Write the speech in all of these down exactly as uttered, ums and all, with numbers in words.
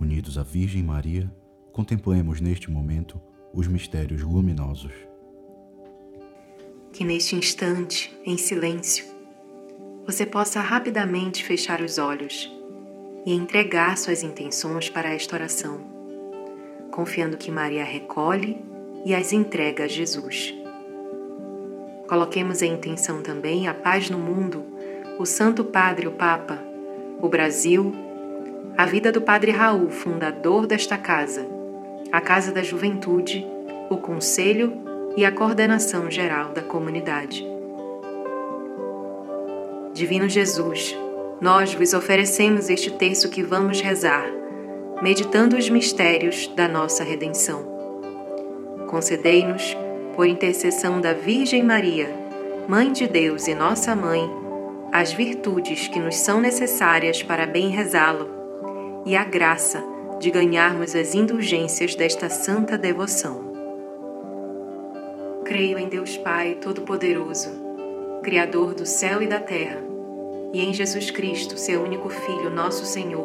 Unidos à Virgem Maria, contemplemos neste momento os mistérios luminosos. Que neste instante, em silêncio, você possa rapidamente fechar os olhos e entregar suas intenções para esta oração, confiando que Maria recolhe e as entrega a Jesus. Coloquemos em intenção também a paz no mundo, o Santo Padre, o Papa, o Brasil, a vida do Padre Raul, fundador desta casa, a Casa da Juventude, o Conselho e a coordenação geral da comunidade. Divino Jesus, nós vos oferecemos este terço que vamos rezar, meditando os mistérios da nossa redenção. Concedei-nos, por intercessão da Virgem Maria, Mãe de Deus e nossa Mãe, as virtudes que nos são necessárias para bem rezá-lo e a graça de ganharmos as indulgências desta santa devoção. Creio em Deus Pai Todo-Poderoso, Criador do céu e da terra, e em Jesus Cristo, seu único Filho, nosso Senhor,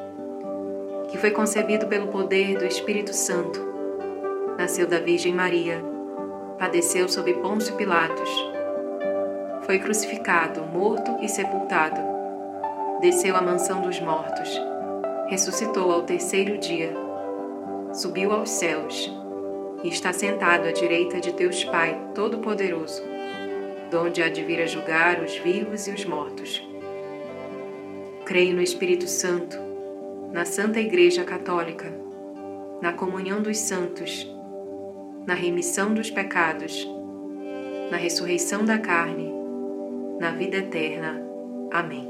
que foi concebido pelo poder do Espírito Santo, nasceu da Virgem Maria, padeceu sob Pôncio Pilatos, foi crucificado, morto e sepultado, desceu à mansão dos mortos, ressuscitou ao terceiro dia, subiu aos céus e está sentado à direita de Deus Pai Todo-Poderoso, donde há de vir a julgar os vivos e os mortos. Creio no Espírito Santo, na Santa Igreja Católica, na comunhão dos santos, na remissão dos pecados, na ressurreição da carne, na vida eterna. Amém.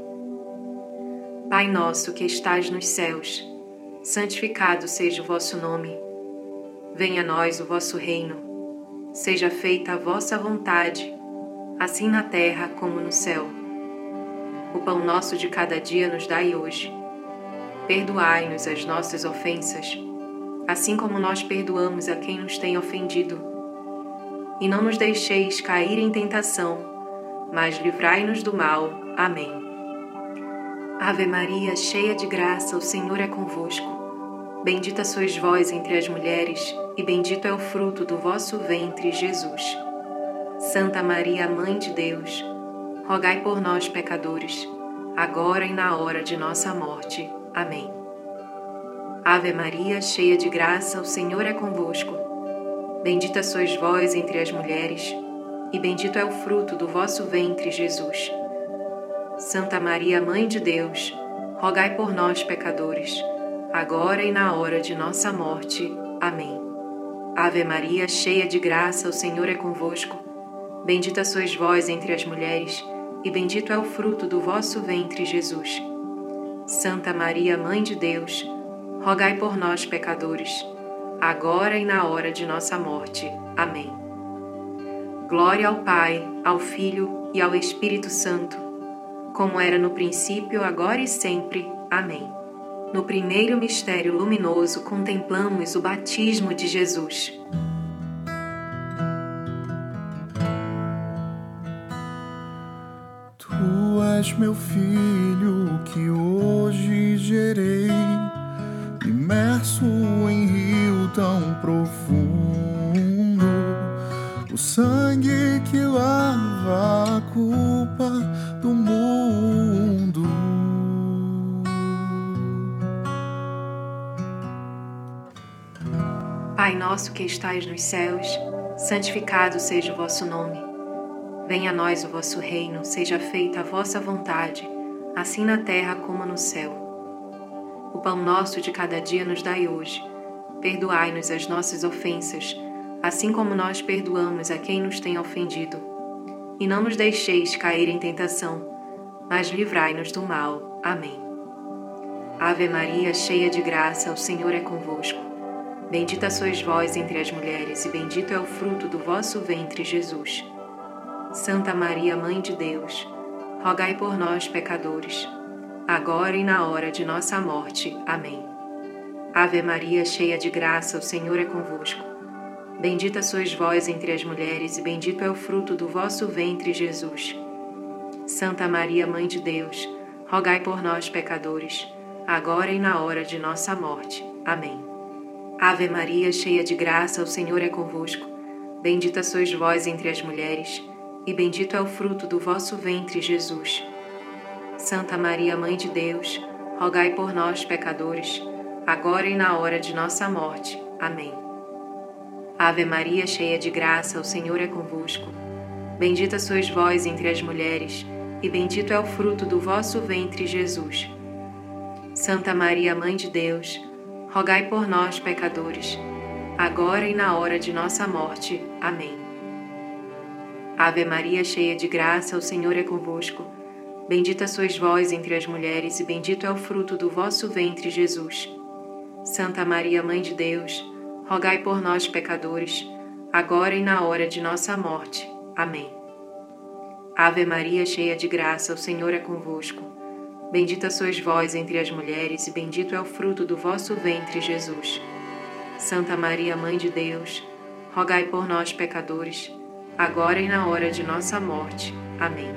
Pai nosso que estais nos céus, santificado seja o vosso nome. Venha a nós o vosso reino. Seja feita a vossa vontade, assim na terra como no céu. O pão nosso de cada dia nos dai hoje. Perdoai-nos as nossas ofensas, assim como nós perdoamos a quem nos tem ofendido. E não nos deixeis cair em tentação, mas livrai-nos do mal. Amém. Ave Maria, cheia de graça, o Senhor é convosco. Bendita sois vós entre as mulheres, e bendito é o fruto do vosso ventre, Jesus. Santa Maria, Mãe de Deus, rogai por nós, pecadores, agora e na hora de nossa morte. Amém. Ave Maria, cheia de graça, o Senhor é convosco. Bendita sois vós entre as mulheres, e bendito é o fruto do vosso ventre, Jesus. Santa Maria, Mãe de Deus, rogai por nós, pecadores, agora e na hora de nossa morte. Amém. Ave Maria, cheia de graça, o Senhor é convosco. Bendita sois vós entre as mulheres, e bendito é o fruto do vosso ventre, Jesus. Santa Maria, Mãe de Deus, rogai por nós, pecadores, agora e na hora de nossa morte. Amém. Glória ao Pai, ao Filho e ao Espírito Santo, como era no princípio, agora e sempre. Amém. No primeiro mistério luminoso, contemplamos o batismo de Jesus. Tu és meu filho que hoje gerei, imerso em rio tão profundo, o sangue que lava a culpa do mundo. Pai nosso que estais nos céus, santificado seja o vosso nome. Venha a nós o vosso reino, seja feita a vossa vontade, assim na terra como no céu. O pão nosso de cada dia nos dai hoje. Perdoai-nos as nossas ofensas, assim como nós perdoamos a quem nos tem ofendido. E não nos deixeis cair em tentação, mas livrai-nos do mal. Amém. Ave Maria, cheia de graça, o Senhor é convosco. Bendita sois vós entre as mulheres, e bendito é o fruto do vosso ventre, Jesus. Santa Maria, Mãe de Deus, rogai por nós, pecadores, agora e na hora de nossa morte. Amém. Ave Maria, cheia de graça, o Senhor é convosco. Bendita sois vós entre as mulheres, e bendito é o fruto do vosso ventre, Jesus. Santa Maria, Mãe de Deus, rogai por nós, pecadores, agora e na hora de nossa morte. Amém. Ave Maria, cheia de graça, o Senhor é convosco. Bendita sois vós entre as mulheres, e bendito é o fruto do vosso ventre, Jesus. Santa Maria, Mãe de Deus, rogai por nós, pecadores, agora e na hora de nossa morte. Amém. Ave Maria, cheia de graça, o Senhor é convosco. Bendita sois vós entre as mulheres, e bendito é o fruto do vosso ventre, Jesus. Santa Maria, Mãe de Deus, rogai por nós, pecadores, agora e na hora de nossa morte. Amém. Ave Maria, cheia de graça, o Senhor é convosco. Bendita sois vós entre as mulheres, e bendito é o fruto do vosso ventre, Jesus. Santa Maria, Mãe de Deus, rogai por nós, pecadores, agora e na hora de nossa morte. Amém. Ave Maria, cheia de graça, o Senhor é convosco. Bendita sois vós entre as mulheres, e bendito é o fruto do vosso ventre, Jesus. Santa Maria, Mãe de Deus, rogai por nós, pecadores, agora e na hora de nossa morte. Amém.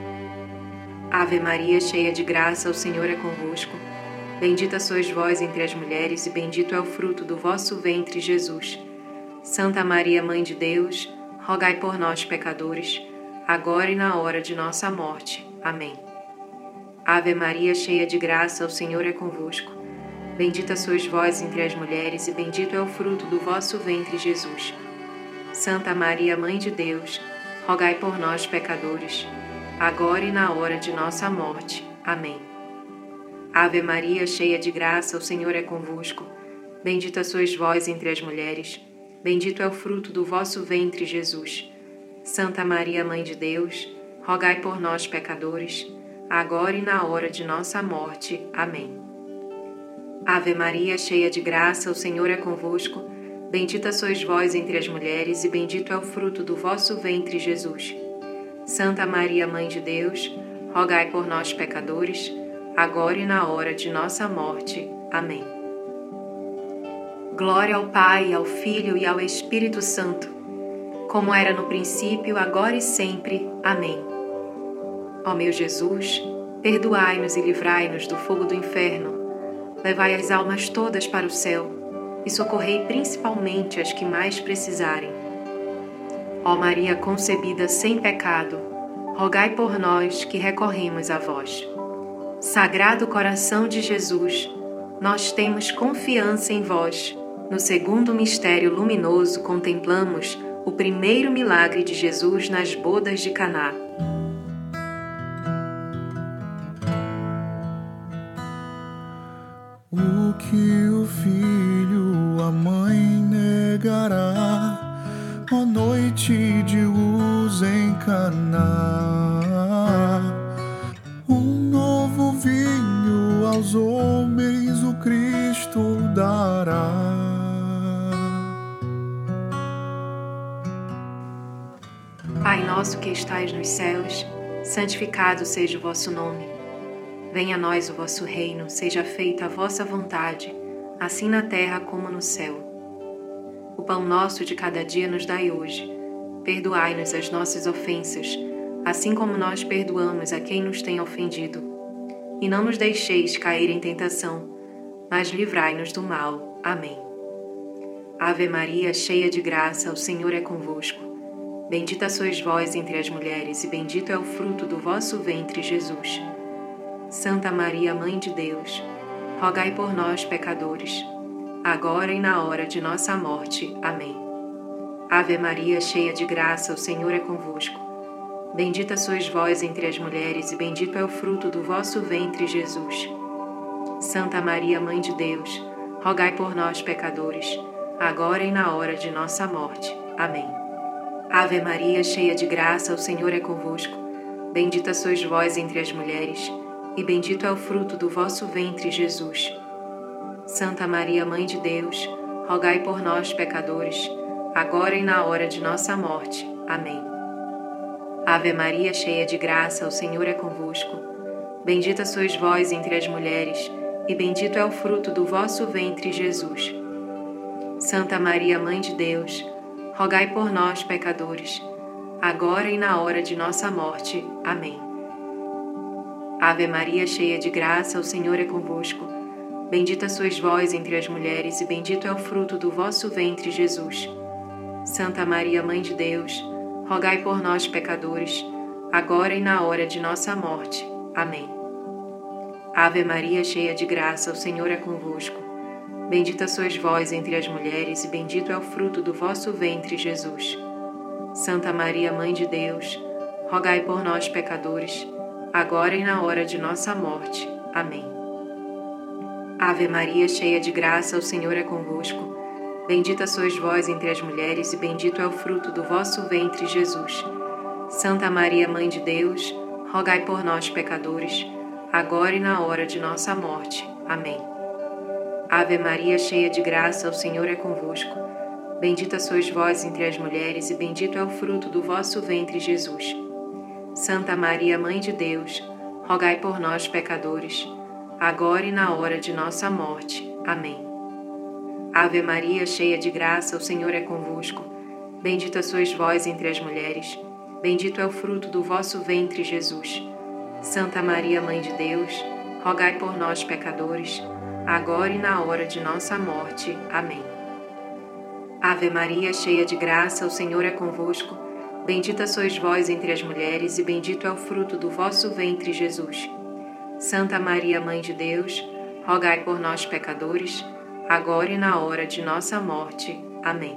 Ave Maria, cheia de graça, o Senhor é convosco. Bendita sois vós entre as mulheres, e bendito é o fruto do vosso ventre, Jesus. Santa Maria, Mãe de Deus, rogai por nós, pecadores, agora e na hora de nossa morte. Amém. Ave Maria, cheia de graça, o Senhor é convosco. Bendita sois vós entre as mulheres, e bendito é o fruto do vosso ventre, Jesus. Santa Maria, Mãe de Deus, rogai por nós, pecadores, agora e na hora de nossa morte. Amém. Ave Maria, cheia de graça, o Senhor é convosco. Bendita sois vós entre as mulheres, bendito é o fruto do vosso ventre, Jesus. Santa Maria, Mãe de Deus, rogai por nós, pecadores, agora e na hora de nossa morte. Amém. Ave Maria, cheia de graça, o Senhor é convosco. Bendita sois vós entre as mulheres, e bendito é o fruto do vosso ventre, Jesus. Santa Maria, Mãe de Deus, rogai por nós, pecadores, agora e na hora de nossa morte. Amém. Glória ao Pai, ao Filho e ao Espírito Santo, como era no princípio, agora e sempre. Amém. Ó meu Jesus, perdoai-nos e livrai-nos do fogo do inferno, levai as almas todas para o céu e socorrei principalmente as que mais precisarem. Ó Maria concebida sem pecado, rogai por nós que recorremos a vós. Sagrado coração de Jesus, nós temos confiança em vós. No segundo mistério luminoso contemplamos o primeiro milagre de Jesus nas bodas de Caná. O que o filho a mãe negará, ó noite de luz em Caná. Um novo vinho aos homens o Cristo dará. Pai nosso que estais nos céus, santificado seja o vosso nome. Venha a nós o vosso reino, seja feita a vossa vontade, assim na terra como no céu. O pão nosso de cada dia nos dai hoje. Perdoai-nos as nossas ofensas, assim como nós perdoamos a quem nos tem ofendido. E não nos deixeis cair em tentação, mas livrai-nos do mal. Amém. Ave Maria, cheia de graça, o Senhor é convosco. Bendita sois vós entre as mulheres, e bendito é o fruto do vosso ventre, Jesus. Santa Maria, Mãe de Deus, rogai por nós, pecadores, agora e na hora de nossa morte. Amém. Ave Maria, cheia de graça, o Senhor é convosco. Bendita sois vós entre as mulheres, e bendito é o fruto do vosso ventre, Jesus. Santa Maria, Mãe de Deus, rogai por nós, pecadores, agora e na hora de nossa morte. Amém. Ave Maria, cheia de graça, o Senhor é convosco. Bendita sois vós entre as mulheres, e bendito é o fruto do vosso ventre, Jesus. Santa Maria, Mãe de Deus, rogai por nós, pecadores, agora e na hora de nossa morte. Amém. Ave Maria, cheia de graça, o Senhor é convosco. Bendita sois vós entre as mulheres, e bendito é o fruto do vosso ventre, Jesus. Santa Maria, Mãe de Deus, rogai por nós, pecadores, agora e na hora de nossa morte. Amém. Ave Maria, cheia de graça, o Senhor é convosco. Bendita sois vós entre as mulheres, e bendito é o fruto do vosso ventre, Jesus. Santa Maria, Mãe de Deus, rogai por nós, pecadores, agora e na hora de nossa morte. Amém. Ave Maria, cheia de graça, o Senhor é convosco. Bendita sois vós entre as mulheres, e bendito é o fruto do vosso ventre, Jesus. Santa Maria, Mãe de Deus, rogai por nós, pecadores, agora e na hora de nossa morte. Amém. Ave Maria, cheia de graça, o Senhor é convosco. Bendita sois vós entre as mulheres, e bendito é o fruto do vosso ventre, Jesus. Santa Maria, Mãe de Deus, rogai por nós, pecadores, agora e na hora de nossa morte. Amém. Ave Maria, cheia de graça, o Senhor é convosco. Bendita sois vós entre as mulheres, e bendito é o fruto do vosso ventre, Jesus. Santa Maria, Mãe de Deus, rogai por nós, pecadores, agora e na hora de nossa morte. Amém. Ave Maria, cheia de graça, o Senhor é convosco. Bendita sois vós entre as mulheres, bendito é o fruto do vosso ventre, Jesus. Santa Maria, Mãe de Deus, rogai por nós, pecadores, agora e na hora de nossa morte. Amém. Ave Maria, cheia de graça, o Senhor é convosco. Bendita sois vós entre as mulheres, e bendito é o fruto do vosso ventre, Jesus. Santa Maria, Mãe de Deus, rogai por nós, pecadores, agora e na hora de nossa morte. Amém.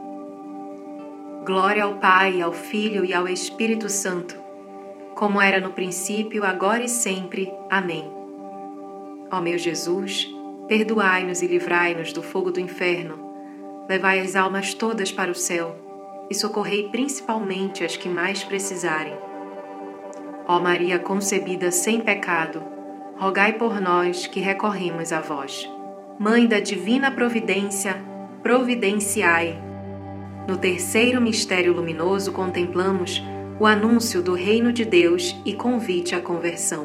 Glória ao Pai, ao Filho e ao Espírito Santo, como era no princípio, agora e sempre. Amém. Ó meu Jesus, perdoai-nos e livrai-nos do fogo do inferno, levai as almas todas para o céu e socorrei principalmente as que mais precisarem. Ó Maria concebida sem pecado, rogai por nós que recorremos a vós. Mãe da divina providência, providenciai. No terceiro mistério luminoso contemplamos o anúncio do reino de Deus e convite à conversão.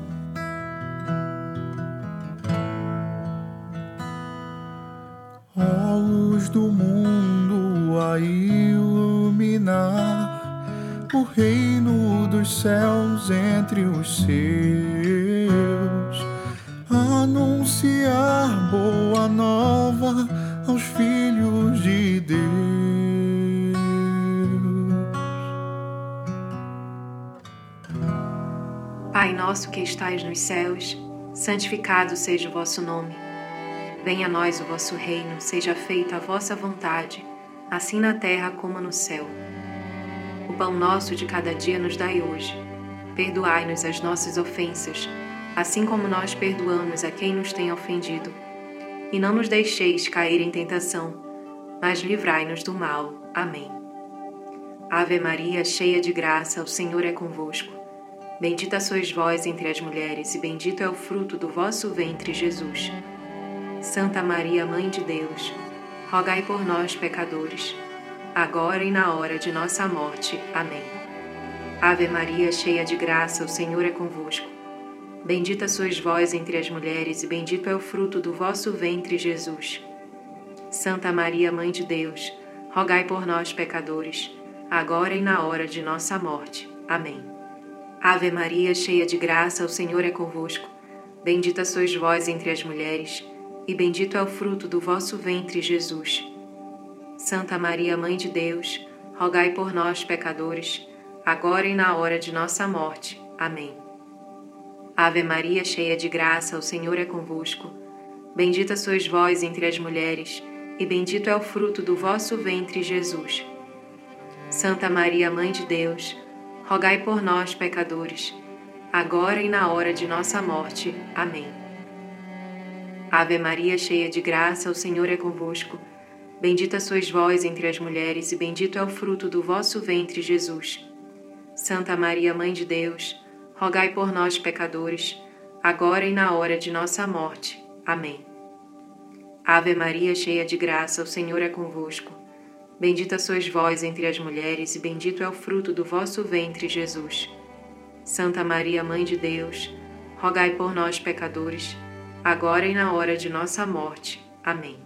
Ó luz do mundo a iluminar, o reino dos céus entre os seus, anunciar boa nova aos filhos de Deus. Pai nosso que estais nos céus, santificado seja o vosso nome. Venha a nós o vosso reino, seja feita a vossa vontade, assim na terra como no céu. O pão nosso de cada dia nos dai hoje. Perdoai-nos as nossas ofensas, assim como nós perdoamos a quem nos tem ofendido. E não nos deixeis cair em tentação, mas livrai-nos do mal. Amém. Ave Maria, cheia de graça, o Senhor é convosco. Bendita sois vós entre as mulheres, e bendito é o fruto do vosso ventre, Jesus. Santa Maria, Mãe de Deus, rogai por nós, pecadores, agora e na hora de nossa morte. Amém. Ave Maria, cheia de graça, o Senhor é convosco. Bendita sois vós entre as mulheres, e bendito é o fruto do vosso ventre, Jesus. Santa Maria, Mãe de Deus, rogai por nós, pecadores, agora e na hora de nossa morte. Amém. Ave Maria, cheia de graça, o Senhor é convosco. Bendita sois vós entre as mulheres, e bendito é o fruto do vosso ventre, Jesus. Santa Maria, Mãe de Deus, rogai por nós, pecadores, agora e na hora de nossa morte. Amém. Ave Maria, cheia de graça, o Senhor é convosco. Bendita sois vós entre as mulheres, e bendito é o fruto do vosso ventre, Jesus. Santa Maria, Mãe de Deus, rogai por nós, pecadores, agora e na hora de nossa morte. Amém. Ave Maria, cheia de graça, o Senhor é convosco. Bendita sois vós entre as mulheres, e bendito é o fruto do vosso ventre, Jesus. Santa Maria, Mãe de Deus, rogai por nós, pecadores, agora e na hora de nossa morte. Amém. Ave Maria, cheia de graça, o Senhor é convosco. Bendita sois vós entre as mulheres, e bendito é o fruto do vosso ventre, Jesus. Santa Maria, Mãe de Deus, rogai por nós, pecadores, agora e na hora de nossa morte. Amém.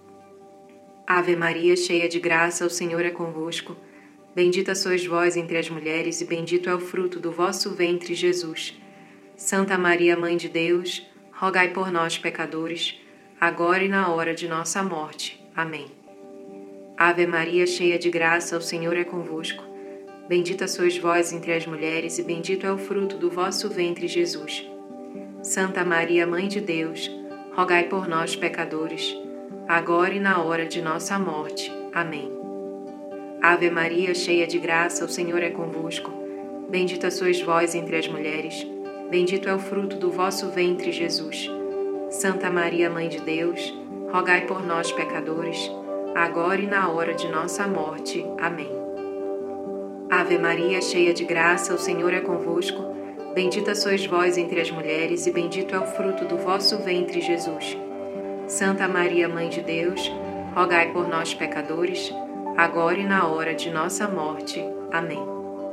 Ave Maria, cheia de graça, o Senhor é convosco. Bendita sois vós entre as mulheres, e bendito é o fruto do vosso ventre, Jesus. Santa Maria, Mãe de Deus, rogai por nós, pecadores, agora e na hora de nossa morte. Amém. Ave Maria, cheia de graça, o Senhor é convosco. Bendita sois vós entre as mulheres, e bendito é o fruto do vosso ventre, Jesus. Santa Maria, Mãe de Deus, rogai por nós, pecadores, agora e na hora de nossa morte. Amém. Ave Maria, cheia de graça, o Senhor é convosco. Bendita sois vós entre as mulheres, bendito é o fruto do vosso ventre, Jesus. Santa Maria, Mãe de Deus, rogai por nós, pecadores, agora e na hora de nossa morte. Amém. Ave Maria, cheia de graça, o Senhor é convosco. Bendita sois vós entre as mulheres, e bendito é o fruto do vosso ventre, Jesus. Santa Maria, Mãe de Deus, rogai por nós, pecadores, agora e na hora de nossa morte. Amém.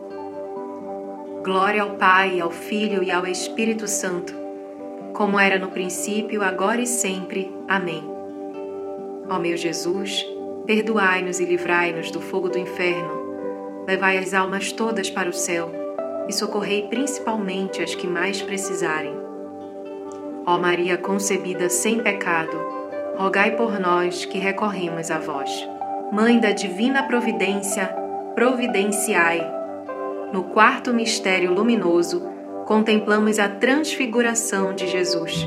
Glória ao Pai, ao Filho e ao Espírito Santo, como era no princípio, agora e sempre. Amém. Ó meu Jesus, perdoai-nos e livrai-nos do fogo do inferno. Levai as almas todas para o céu e socorrei principalmente as que mais precisarem. Ó Maria concebida sem pecado, rogai por nós que recorremos a vós. Mãe da divina providência, providenciai. No quarto mistério luminoso, contemplamos a transfiguração de Jesus.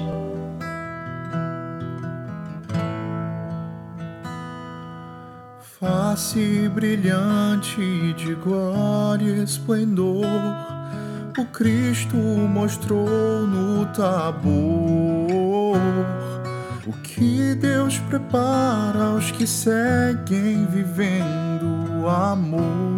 Face brilhante de glória e esplendor, o Cristo mostrou no Tabor. O que Deus prepara aos que seguem vivendo o amor.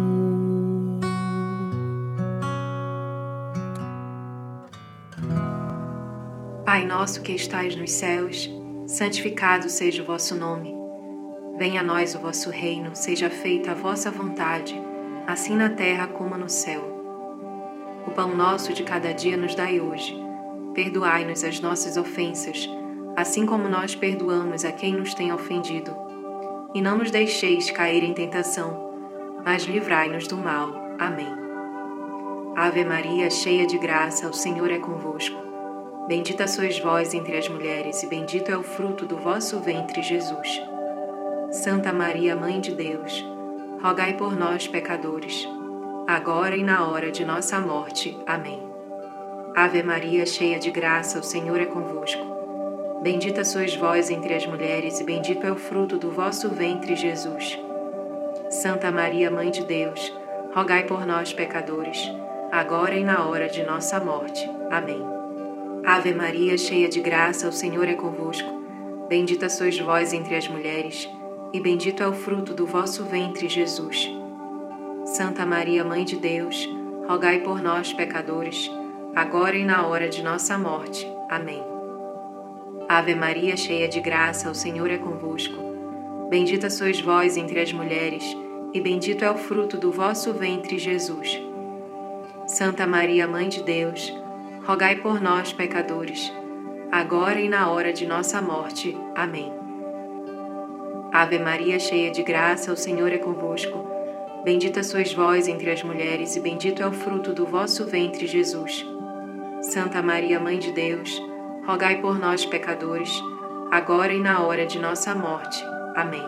Pai nosso que estais nos céus, santificado seja o vosso nome. Venha a nós o vosso reino, seja feita a vossa vontade, assim na terra como no céu. O pão nosso de cada dia nos dai hoje. Perdoai-nos as nossas ofensas, assim como nós perdoamos a quem nos tem ofendido. E não nos deixeis cair em tentação, mas livrai-nos do mal. Amém. Ave Maria, cheia de graça, o Senhor é convosco. Bendita sois vós entre as mulheres, e bendito é o fruto do vosso ventre, Jesus. Santa Maria, Mãe de Deus, rogai por nós, pecadores, agora e na hora de nossa morte. Amém. Ave Maria, cheia de graça, o Senhor é convosco. Bendita sois vós entre as mulheres, e bendito é o fruto do vosso ventre, Jesus. Santa Maria, Mãe de Deus, rogai por nós, pecadores, agora e na hora de nossa morte. Amém. Ave Maria, cheia de graça, o Senhor é convosco. Bendita sois vós entre as mulheres, e bendito é o fruto do vosso ventre, Jesus. Santa Maria, Mãe de Deus, rogai por nós, pecadores, agora e na hora de nossa morte. Amém. Ave Maria, cheia de graça, o Senhor é convosco. Bendita sois vós entre as mulheres, e bendito é o fruto do vosso ventre, Jesus. Santa Maria, Mãe de Deus, rogai por nós, pecadores, agora e na hora de nossa morte. Amém. Ave Maria, cheia de graça, o Senhor é convosco. Bendita sois vós entre as mulheres, e bendito é o fruto do vosso ventre, Jesus. Santa Maria, Mãe de Deus, rogai por nós, pecadores, agora e na hora de nossa morte. Amém.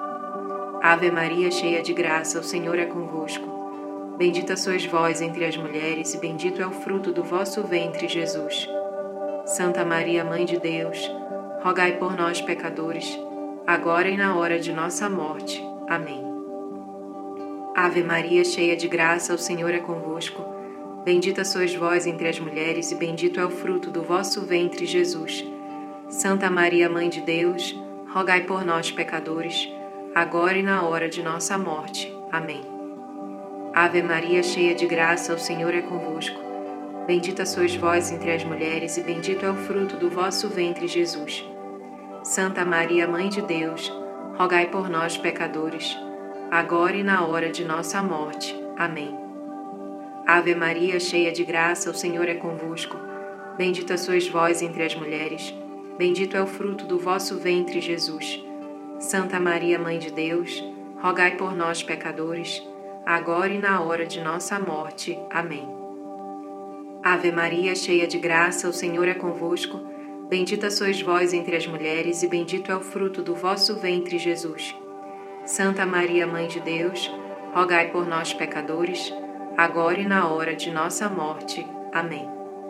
Ave Maria, cheia de graça, o Senhor é convosco. Bendita sois vós entre as mulheres, e bendito é o fruto do vosso ventre, Jesus. Santa Maria, Mãe de Deus, rogai por nós, pecadores, agora e na hora de nossa morte. Amém. Ave Maria, cheia de graça, o Senhor é convosco. Bendita sois vós entre as mulheres, e bendito é o fruto do vosso ventre, Jesus. Santa Maria, Mãe de Deus, rogai por nós, pecadores, agora e na hora de nossa morte. Amém. Ave Maria, cheia de graça, o Senhor é convosco. Bendita sois vós entre as mulheres, e bendito é o fruto do vosso ventre, Jesus. Santa Maria, Mãe de Deus, rogai por nós, pecadores, agora e na hora de nossa morte. Amém. Ave Maria, cheia de graça, o Senhor é convosco. Bendita sois vós entre as mulheres, bendito é o fruto do vosso ventre, Jesus. Santa Maria, Mãe de Deus, rogai por nós, pecadores, agora e na hora de nossa morte. Amém. Ave Maria, cheia de graça, o Senhor é convosco. Bendita sois vós entre as mulheres, e bendito é o fruto do vosso ventre, Jesus. Santa Maria, Mãe de Deus, rogai por nós, pecadores, agora e na hora de nossa morte. Amém.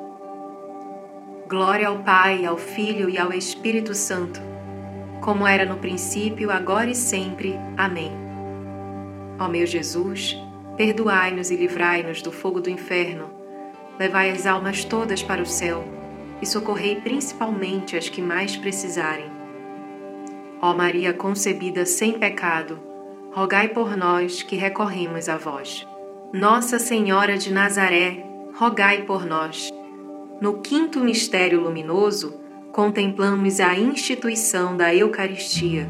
Glória ao Pai, ao Filho e ao Espírito Santo, como era no princípio, agora e sempre. Amém. Ó meu Jesus, perdoai-nos e livrai-nos do fogo do inferno, levai as almas todas para o céu e socorrei principalmente as que mais precisarem. Ó Maria concebida sem pecado, rogai por nós que recorremos a vós. Nossa Senhora de Nazaré, rogai por nós. No quinto mistério luminoso, contemplamos a instituição da Eucaristia.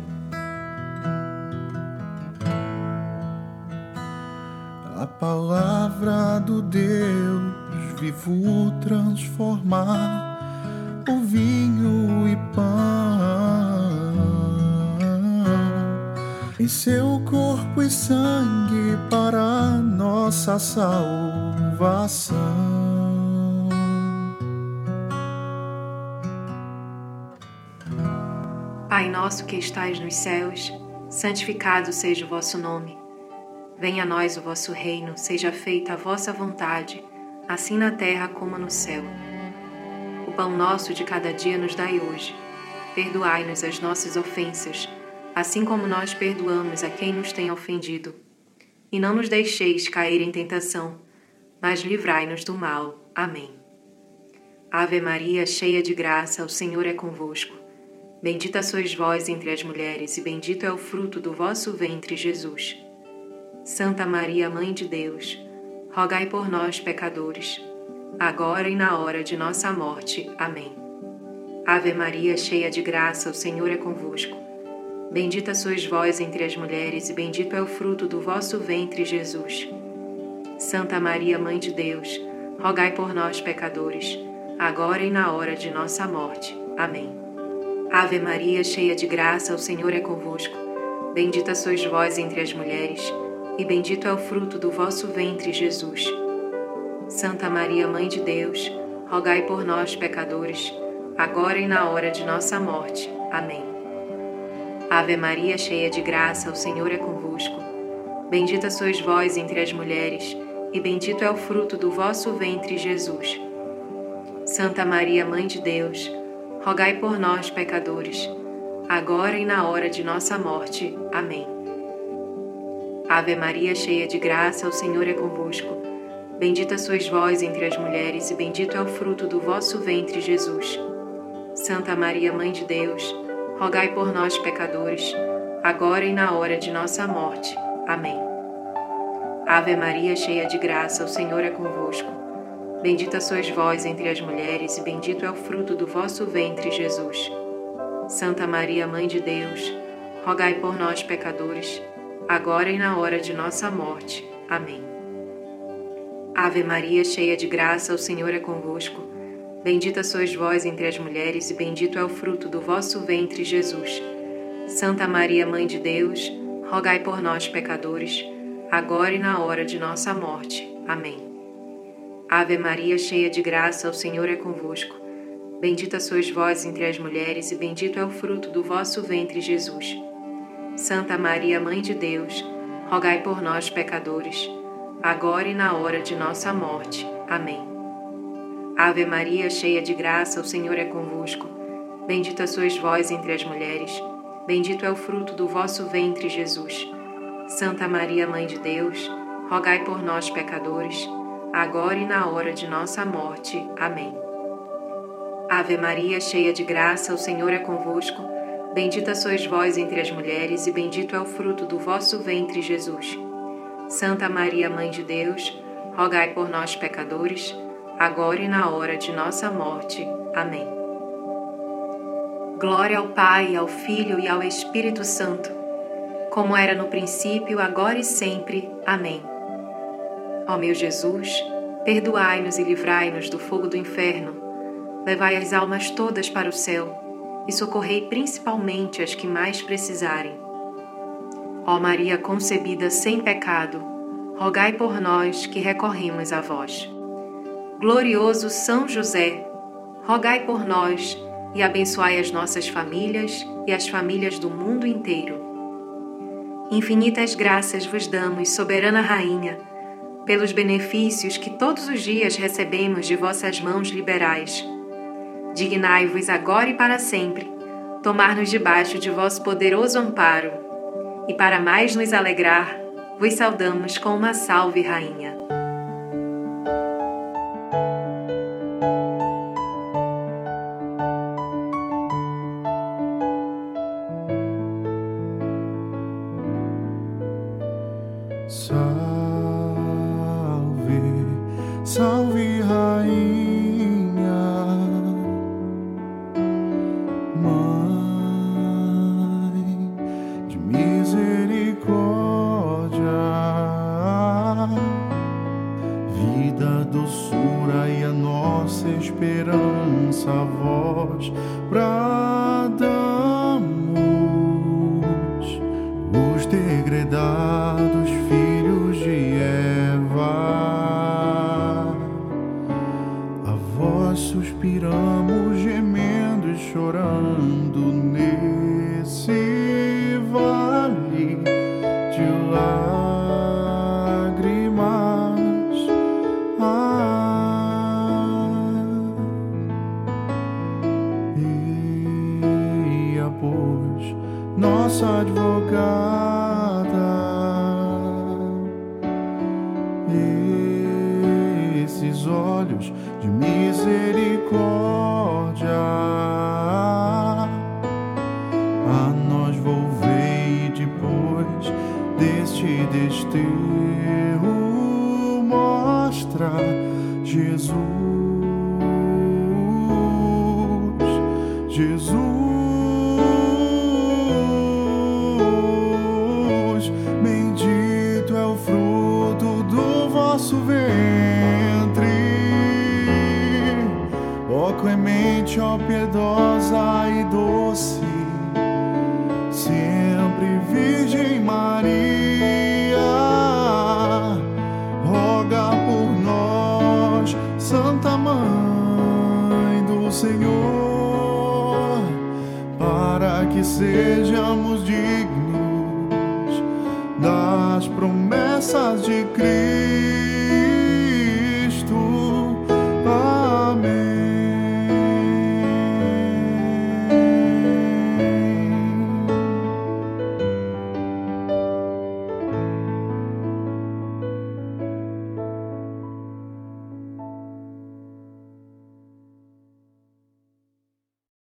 A palavra do Deus vivo transformar o vinho e pão em seu corpo e sangue para nossa salvação. Pai nosso que estais nos céus, santificado seja o vosso nome. Venha a nós o vosso reino, seja feita a vossa vontade, assim na terra como no céu. O pão nosso de cada dia nos dai hoje. Perdoai-nos as nossas ofensas, assim como nós perdoamos a quem nos tem ofendido. E não nos deixeis cair em tentação, mas livrai-nos do mal. Amém. Ave Maria, cheia de graça, o Senhor é convosco. Bendita sois vós entre as mulheres, e bendito é o fruto do vosso ventre, Jesus. Santa Maria, Mãe de Deus, rogai por nós, pecadores, agora e na hora de nossa morte. Amém. Ave Maria, cheia de graça, o Senhor é convosco. Bendita sois vós entre as mulheres, e bendito é o fruto do vosso ventre, Jesus. Santa Maria, Mãe de Deus, rogai por nós, pecadores, agora e na hora de nossa morte. Amém. Ave Maria, cheia de graça, o Senhor é convosco. Bendita sois vós entre as mulheres, e bendito é o fruto do vosso ventre, Jesus. Santa Maria, Mãe de Deus, rogai por nós, pecadores, agora e na hora de nossa morte. Amém. Ave Maria, cheia de graça, o Senhor é convosco. Bendita sois vós entre as mulheres, e bendito é o fruto do vosso ventre, Jesus. Santa Maria, Mãe de Deus, rogai por nós, pecadores, agora e na hora de nossa morte. Amém. Ave Maria, cheia de graça, o Senhor é convosco. Bendita sois vós entre as mulheres, e bendito é o fruto do vosso ventre, Jesus. Santa Maria, Mãe de Deus, rogai por nós, pecadores, agora e na hora de nossa morte. Amém. Ave Maria, cheia de graça, o Senhor é convosco. Bendita sois vós entre as mulheres, e bendito é o fruto do vosso ventre, Jesus. Santa Maria, Mãe de Deus, rogai por nós, pecadores, agora e na hora de nossa morte. Amém. Ave Maria, cheia de graça, o Senhor é convosco. Bendita sois vós entre as mulheres, e bendito é o fruto do vosso ventre, Jesus. Santa Maria, Mãe de Deus, rogai por nós, pecadores, agora e na hora de nossa morte. Amém. Ave Maria, cheia de graça, o Senhor é convosco. Bendita sois vós entre as mulheres, e bendito é o fruto do vosso ventre, Jesus. Santa Maria, Mãe de Deus, rogai por nós, pecadores, agora e na hora de nossa morte. Amém. Ave Maria, cheia de graça, o Senhor é convosco. Bendita sois vós entre as mulheres, bendito é o fruto do vosso ventre, Jesus. Santa Maria, Mãe de Deus, rogai por nós, pecadores, agora e na hora de nossa morte. Amém. Ave Maria, cheia de graça, o Senhor é convosco. Bendita sois vós entre as mulheres, e bendito é o fruto do vosso ventre, Jesus. Santa Maria, Mãe de Deus, rogai por nós, pecadores, agora e na hora de nossa morte. Amém. Glória ao Pai, ao Filho e ao Espírito Santo, como era no princípio, agora e sempre. Amém. Ó meu Jesus, perdoai-nos e livrai-nos do fogo do inferno, levai as almas todas para o céu e socorrei principalmente as que mais precisarem. Ó Maria concebida sem pecado, rogai por nós que recorremos a vós. Glorioso São José, rogai por nós e abençoai as nossas famílias e as famílias do mundo inteiro. Infinitas graças vos damos, soberana Rainha, pelos benefícios que todos os dias recebemos de vossas mãos liberais. Dignai-vos agora e para sempre tomar-nos debaixo de vosso poderoso amparo, e para mais nos alegrar, vos saudamos com uma salve, Rainha. Salve, salve, Rainha, Mãe de misericórdia, vida, doçura e a nossa esperança, a vós bradamos, os degredados filhos de Eva. A vós suspiramos, gemendo e chorando nesse vale de lágrimas. Ah, eia, pois, nossa advogada, esses olhos de misericórdia a nós volvei, depois deste desterro mostra Jesus, Jesus, bendito é o fruto do vosso ventre, ó clemente, ó piedosa e doce, sempre Virgem Maria, roga por nós, Santa Mãe do Senhor, para que sejamos dignos das promessas de Cristo.